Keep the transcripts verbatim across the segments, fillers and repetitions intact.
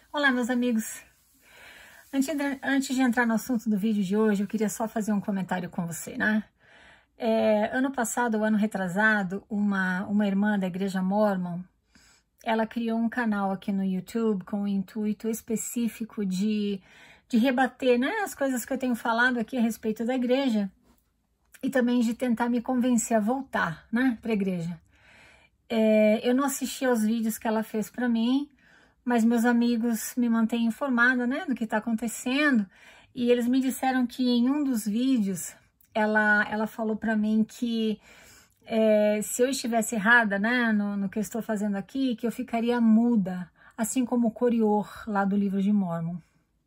Olá, meus amigos. Antes de, antes de entrar no assunto do vídeo de hoje, eu queria só fazer um comentário com você, né? É, ano passado, ano retrasado, uma, uma irmã da Igreja Mormon, ela criou um canal aqui no YouTube com o intuito específico de, de rebater, né, as coisas que eu tenho falado aqui a respeito da igreja e também de tentar me convencer a voltar, né, para a igreja. É, eu não assisti aos vídeos que ela fez para mim, mas meus amigos me mantêm informada, né, do que está acontecendo, e eles me disseram que em um dos vídeos ela, ela falou para mim que é, se eu estivesse errada, né, no, no que eu estou fazendo aqui, que eu ficaria muda, assim como o Corior lá do livro de Mormon.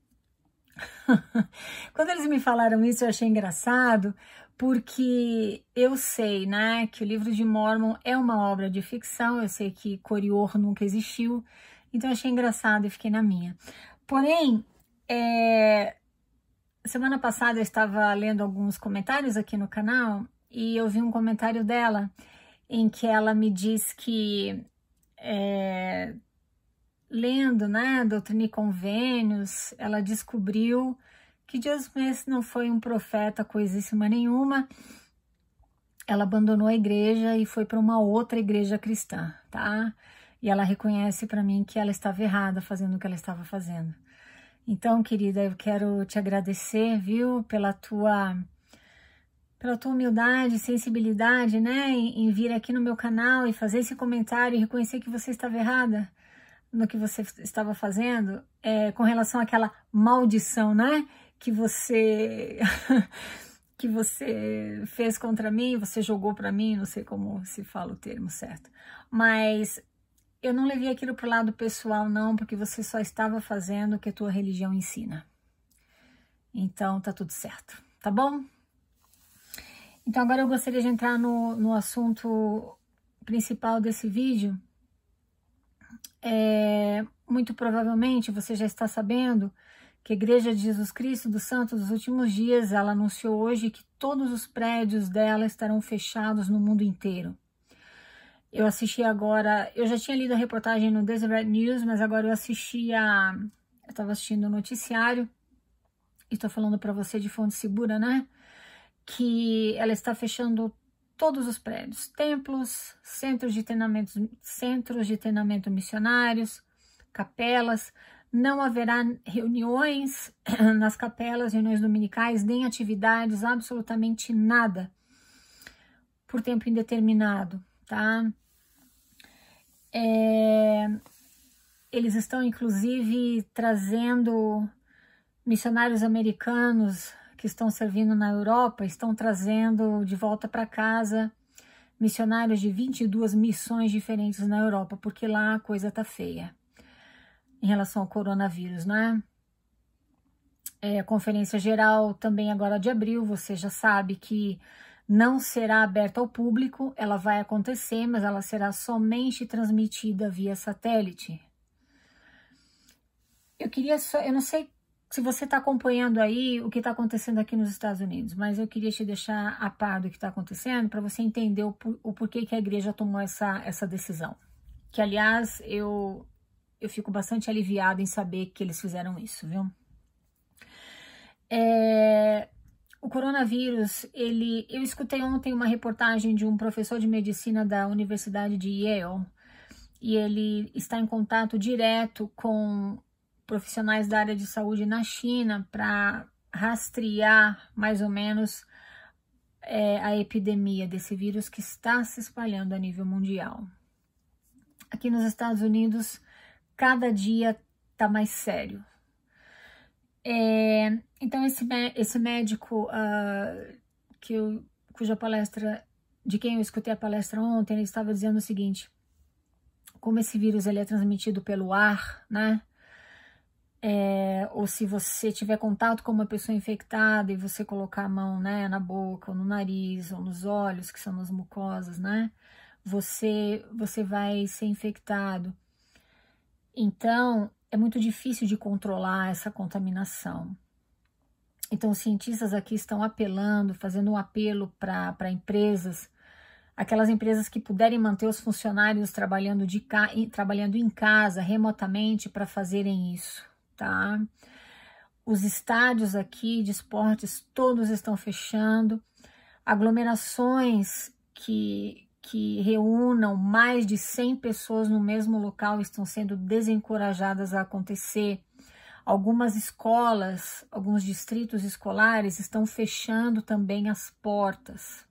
Quando eles me falaram isso, eu achei engraçado, porque eu sei, né, que o livro de Mormon é uma obra de ficção, eu sei que Corior nunca existiu, então eu achei engraçado e fiquei na minha. Porém, é, semana passada eu estava lendo alguns comentários aqui no canal e eu vi um comentário dela em que ela me diz que é, lendo, né, Doutrina e Convênios, ela descobriu que Joseph Smith não foi um profeta coisíssima nenhuma. Ela abandonou a igreja e foi para uma outra igreja cristã, tá? E ela reconhece para mim que ela estava errada fazendo o que ela estava fazendo. Então, querida, eu quero te agradecer, viu, pela tua, pela tua humildade, sensibilidade, né, em, em vir aqui no meu canal e fazer esse comentário e reconhecer que você estava errada no que você estava fazendo, é, com relação àquela maldição, né, que você que você fez contra mim, você jogou para mim, não sei como se fala o termo certo, mas eu não levei aquilo para o lado pessoal não, porque você só estava fazendo o que a tua religião ensina. Então tá tudo certo, tá bom? Então agora eu gostaria de entrar no, no assunto principal desse vídeo. É, muito provavelmente você já está sabendo que a Igreja de Jesus Cristo dos Santos dos Últimos Dias, ela anunciou hoje que todos os prédios dela estarão fechados no mundo inteiro. Eu assisti agora, eu já tinha lido a reportagem no Deseret News, mas agora eu assisti a, eu estava assistindo o noticiário, e estou falando para você de fonte segura, né, que ela está fechando todos os prédios, templos, centros de treinamento, centros de treinamento missionários, capelas. Não haverá reuniões nas capelas, reuniões dominicais, nem atividades, absolutamente nada, por tempo indeterminado, tá? É, eles estão, inclusive, trazendo missionários americanos que estão servindo na Europa, estão trazendo de volta para casa missionários de vinte e duas missões diferentes na Europa, porque lá a coisa tá feia em relação ao coronavírus, né? É, a Conferência Geral também agora de abril, você já sabe que não será aberta ao público, ela vai acontecer, mas ela será somente transmitida via satélite. Eu queria só, eu não sei se você está acompanhando aí o que está acontecendo aqui nos Estados Unidos, mas eu queria te deixar a par do que está acontecendo para você entender o, por, o porquê que a igreja tomou essa, essa decisão. Que, aliás, eu, eu fico bastante aliviada em saber que eles fizeram isso, viu? É, o coronavírus, ele, eu escutei ontem uma reportagem de um professor de medicina da Universidade de Yale, e ele está em contato direto com profissionais da área de saúde na China para rastrear mais ou menos é, a epidemia desse vírus que está se espalhando a nível mundial. Aqui nos Estados Unidos, cada dia está mais sério. É, então esse, esse médico uh, que eu, cuja palestra, de quem eu escutei a palestra ontem, ele estava dizendo o seguinte: como esse vírus ele é transmitido pelo ar, né? É, ou se você tiver contato com uma pessoa infectada e você colocar a mão, né, na boca, ou no nariz, ou nos olhos, que são as mucosas, né, você, você vai ser infectado. Então, é muito difícil de controlar essa contaminação. Então, os cientistas aqui estão apelando, fazendo um apelo para empresas aquelas empresas que puderem manter os funcionários trabalhando, de ca... trabalhando em casa, remotamente, para fazerem isso, tá? Os estádios aqui de esportes, todos estão fechando. Aglomerações que, que reúnam mais de cem pessoas no mesmo local estão sendo desencorajadas a acontecer. Algumas escolas, alguns distritos escolares estão fechando também as portas.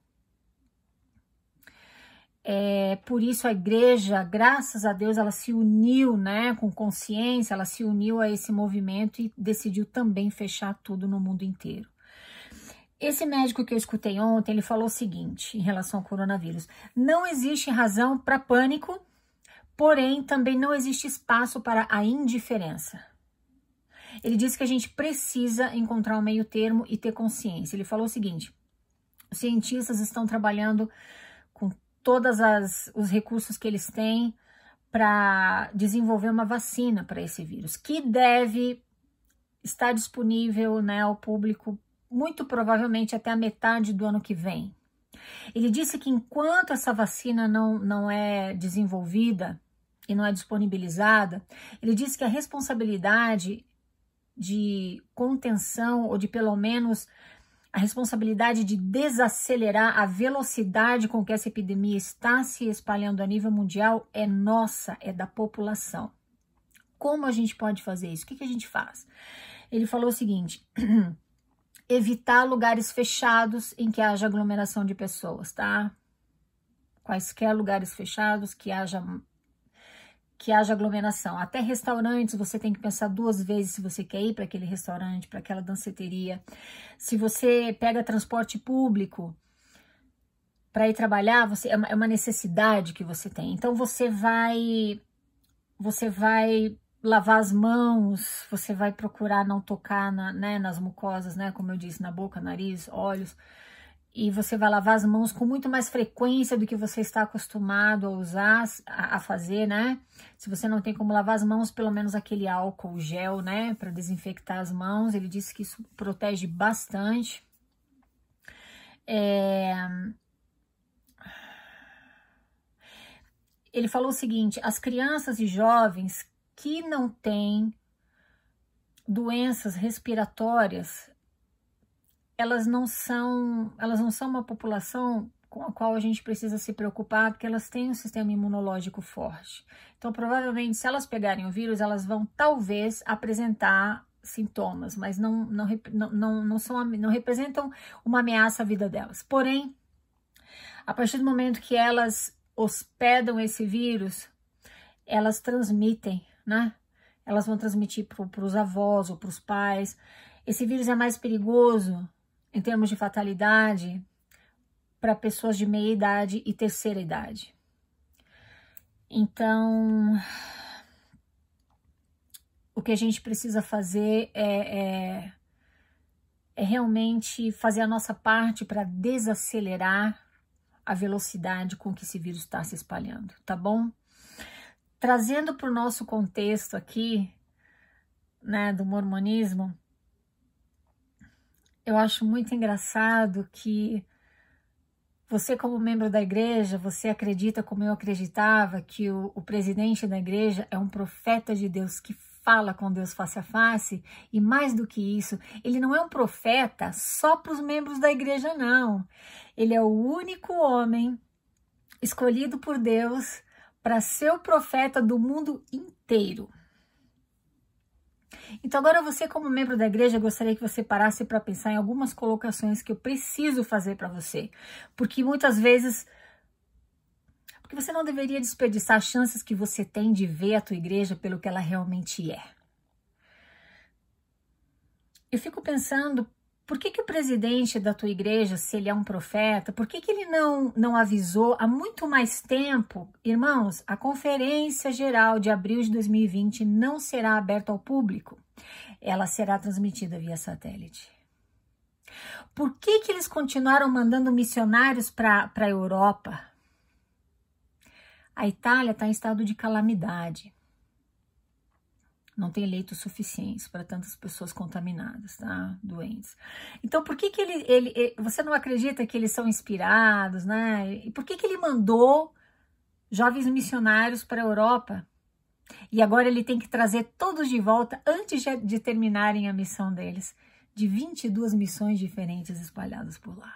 É, por isso a igreja, graças a Deus, ela se uniu, né, com consciência, ela se uniu a esse movimento e decidiu também fechar tudo no mundo inteiro. Esse médico que eu escutei ontem, ele falou o seguinte em relação ao coronavírus: não existe razão para pânico, porém também não existe espaço para a indiferença. Ele disse que a gente precisa encontrar um meio termo e ter consciência. Ele falou o seguinte: os cientistas estão trabalhando com todos os recursos que eles têm para desenvolver uma vacina para esse vírus, que deve estar disponível, né, ao público muito provavelmente até a metade do ano que vem. Ele disse que enquanto essa vacina não, não é desenvolvida e não é disponibilizada, ele disse que a responsabilidade de contenção, ou de pelo menos a responsabilidade de desacelerar a velocidade com que essa epidemia está se espalhando a nível mundial é nossa, é da população. Como a gente pode fazer isso? O que, que a gente faz? Ele falou o seguinte: evitar lugares fechados em que haja aglomeração de pessoas, tá? Quaisquer lugares fechados que haja que haja aglomeração. Até restaurantes, você tem que pensar duas vezes se você quer ir para aquele restaurante, para aquela danceteria. Se você pega transporte público para ir trabalhar, você, é, uma, é uma necessidade que você tem. Então, você vai, você vai lavar as mãos, você vai procurar não tocar na, né, nas mucosas, né, como eu disse, na boca, nariz, olhos. E você vai lavar as mãos com muito mais frequência do que você está acostumado a usar, a, a fazer, né? Se você não tem como lavar as mãos, pelo menos aquele álcool gel, né? Para desinfectar as mãos. Ele disse que isso protege bastante. É... Ele falou o seguinte: as crianças e jovens que não têm doenças respiratórias, elas não são, elas não são uma população com a qual a gente precisa se preocupar, porque elas têm um sistema imunológico forte. Então, provavelmente, se elas pegarem o vírus, elas vão talvez apresentar sintomas, mas não, não, não, não, não, são, não representam uma ameaça à vida delas. Porém, a partir do momento que elas hospedam esse vírus, elas transmitem, né? Elas vão transmitir para os avós ou para os pais. Esse vírus é mais perigoso em termos de fatalidade para pessoas de meia idade e terceira idade. Então, o que a gente precisa fazer é, é, é realmente fazer a nossa parte para desacelerar a velocidade com que esse vírus está se espalhando, tá bom? Trazendo para o nosso contexto aqui, né, do mormonismo, eu acho muito engraçado que você, como membro da igreja, você acredita, como eu acreditava, que o, o presidente da igreja é um profeta de Deus que fala com Deus face a face, e mais do que isso, ele não é um profeta só para os membros da igreja, não. Ele é o único homem escolhido por Deus para ser o profeta do mundo inteiro. Então agora você, como membro da igreja, eu gostaria que você parasse para pensar em algumas colocações que eu preciso fazer para você. Porque muitas vezes, porque você não deveria desperdiçar as chances que você tem de ver a tua igreja pelo que ela realmente é. Eu fico pensando, por que que o presidente da tua igreja, se ele é um profeta, por que que ele não, não avisou há muito mais tempo? Irmãos, a Conferência Geral de abril de dois mil e vinte não será aberta ao público. Ela será transmitida via satélite. Por que que eles continuaram mandando missionários para a Europa? A Itália está em estado de calamidade. não tem leitos suficientes para tantas pessoas contaminadas, tá? Doentes. Então, por que que ele, ele, ele, você não acredita que eles são inspirados, né? E por que que ele mandou jovens missionários para a Europa? E agora ele tem que trazer todos de volta antes de, de terminarem a missão deles, de vinte e duas missões diferentes espalhadas por lá.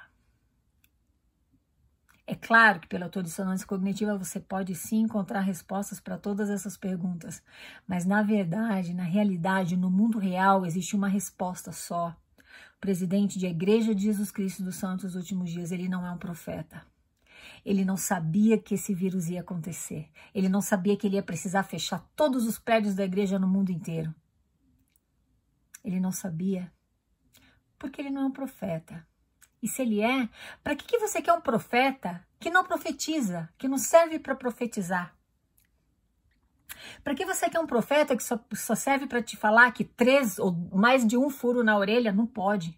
É claro que pela tua dissonância cognitiva você pode sim encontrar respostas para todas essas perguntas, mas na verdade, na realidade, no mundo real, existe uma resposta só. O presidente da Igreja de Jesus Cristo dos Santos dos Últimos Dias, ele não é um profeta. Ele não sabia que esse vírus ia acontecer. Ele não sabia que ele ia precisar fechar todos os prédios da igreja no mundo inteiro. Ele não sabia porque ele não é um profeta. E se ele é, para que, que você quer um profeta que não profetiza, que não serve para profetizar? Para que você quer um profeta que só, só serve para te falar que três ou mais de um furo na orelha? Não pode.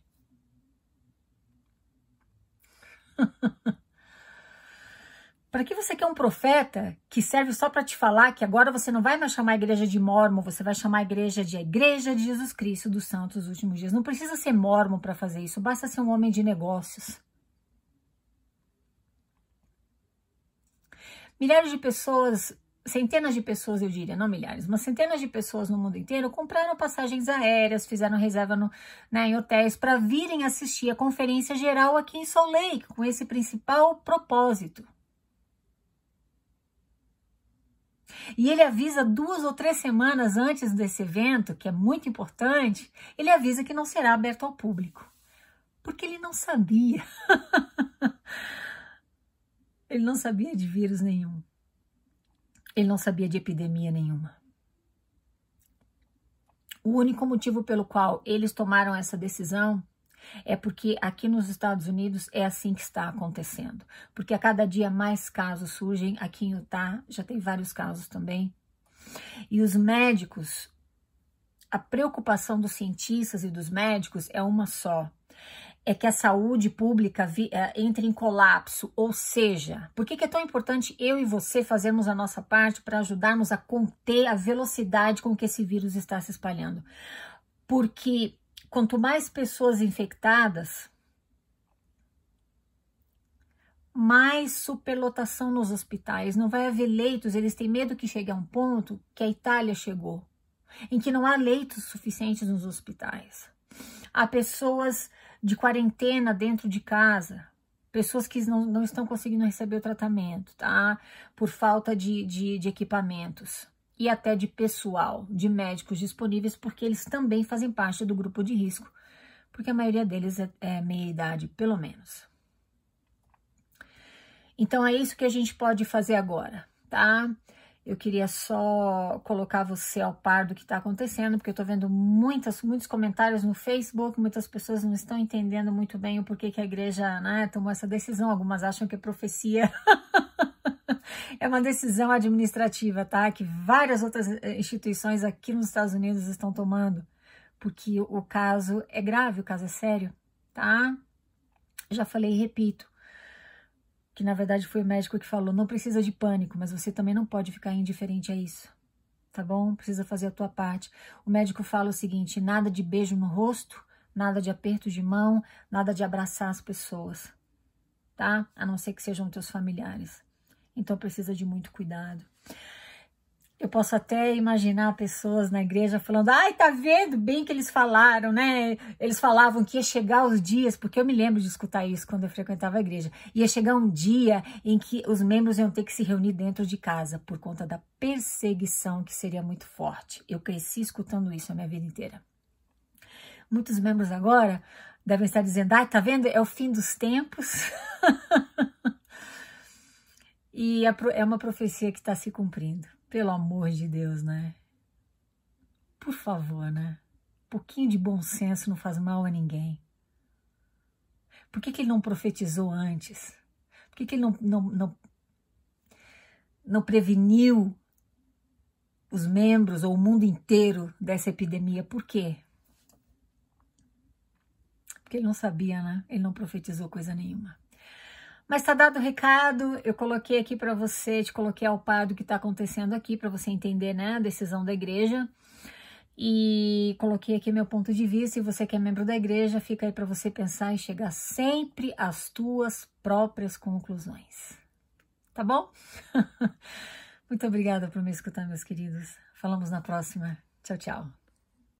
Para que você quer um profeta que serve só para te falar que agora você não vai mais chamar a igreja de Mórmon, você vai chamar a igreja de a Igreja de Jesus Cristo dos Santos dos Últimos Dias? Não precisa ser Mórmon para fazer isso, basta ser um homem de negócios. Milhares de pessoas, centenas de pessoas eu diria, não milhares, mas centenas de pessoas no mundo inteiro compraram passagens aéreas, fizeram reserva no, né, em hotéis para virem assistir a conferência geral aqui em Salt Lake, com esse principal propósito. E ele avisa duas ou três semanas antes desse evento, que é muito importante, ele avisa que não será aberto ao público. Porque ele não sabia. Ele não sabia de vírus nenhum. Ele não sabia de epidemia nenhuma. O único motivo pelo qual eles tomaram essa decisão é porque aqui nos Estados Unidos é assim que está acontecendo. Porque a cada dia mais casos surgem. Aqui em Utah já tem vários casos também. E os médicos, a preocupação dos cientistas e dos médicos é uma só. É que a saúde pública vi, é, entre em colapso. Ou seja, por que, que é tão importante eu e você fazermos a nossa parte para ajudarmos a conter a velocidade com que esse vírus está se espalhando? Porque quanto mais pessoas infectadas, mais superlotação nos hospitais. Não vai haver leitos, eles têm medo que chegue a um ponto que a Itália chegou, em que não há leitos suficientes nos hospitais. Há pessoas de quarentena dentro de casa, pessoas que não, não estão conseguindo receber o tratamento, tá? Por falta de, de, de equipamentos. E até de pessoal, de médicos disponíveis, porque eles também fazem parte do grupo de risco, porque a maioria deles é, é meia-idade, pelo menos. Então, é isso que a gente pode fazer agora, tá? Eu queria só colocar você ao par do que está acontecendo, porque eu estou vendo muitas, muitos comentários no Facebook, muitas pessoas não estão entendendo muito bem o porquê que a igreja, né, tomou essa decisão, algumas acham que é profecia. É uma decisão administrativa, tá? Que várias outras instituições aqui nos Estados Unidos estão tomando, porque o caso é grave, o caso é sério, tá? Já falei e repito, que na verdade foi o médico que falou, não precisa de pânico, mas você também não pode ficar indiferente a isso, tá bom? Precisa fazer a tua parte. O médico fala o seguinte, nada de beijo no rosto, nada de aperto de mão, nada de abraçar as pessoas, tá? A não ser que sejam teus familiares. Então precisa de muito cuidado. Eu posso até imaginar pessoas na igreja falando, ai, tá vendo bem que eles falaram, né? Eles falavam que ia chegar os dias, porque eu me lembro de escutar isso quando eu frequentava a igreja. Ia chegar um dia em que os membros iam ter que se reunir dentro de casa por conta da perseguição que seria muito forte. Eu cresci escutando isso a minha vida inteira. Muitos membros agora devem estar dizendo, ai, tá vendo? É o fim dos tempos. E é uma profecia que está se cumprindo. Pelo amor de Deus, né? Por favor, né? Um pouquinho de bom senso não faz mal a ninguém. Por que que ele não profetizou antes? Por que que ele não, não, não, não preveniu os membros ou o mundo inteiro dessa epidemia? Por quê? Porque ele não sabia, né? Ele não profetizou coisa nenhuma. Mas tá dado o recado, eu coloquei aqui para você, te coloquei ao par do que tá acontecendo aqui, para você entender, né, a decisão da igreja. E coloquei aqui meu ponto de vista, e você que é membro da igreja, fica aí para você pensar e chegar sempre às tuas próprias conclusões. Tá bom? Muito obrigada por me escutar, meus queridos. Falamos na próxima. Tchau, tchau.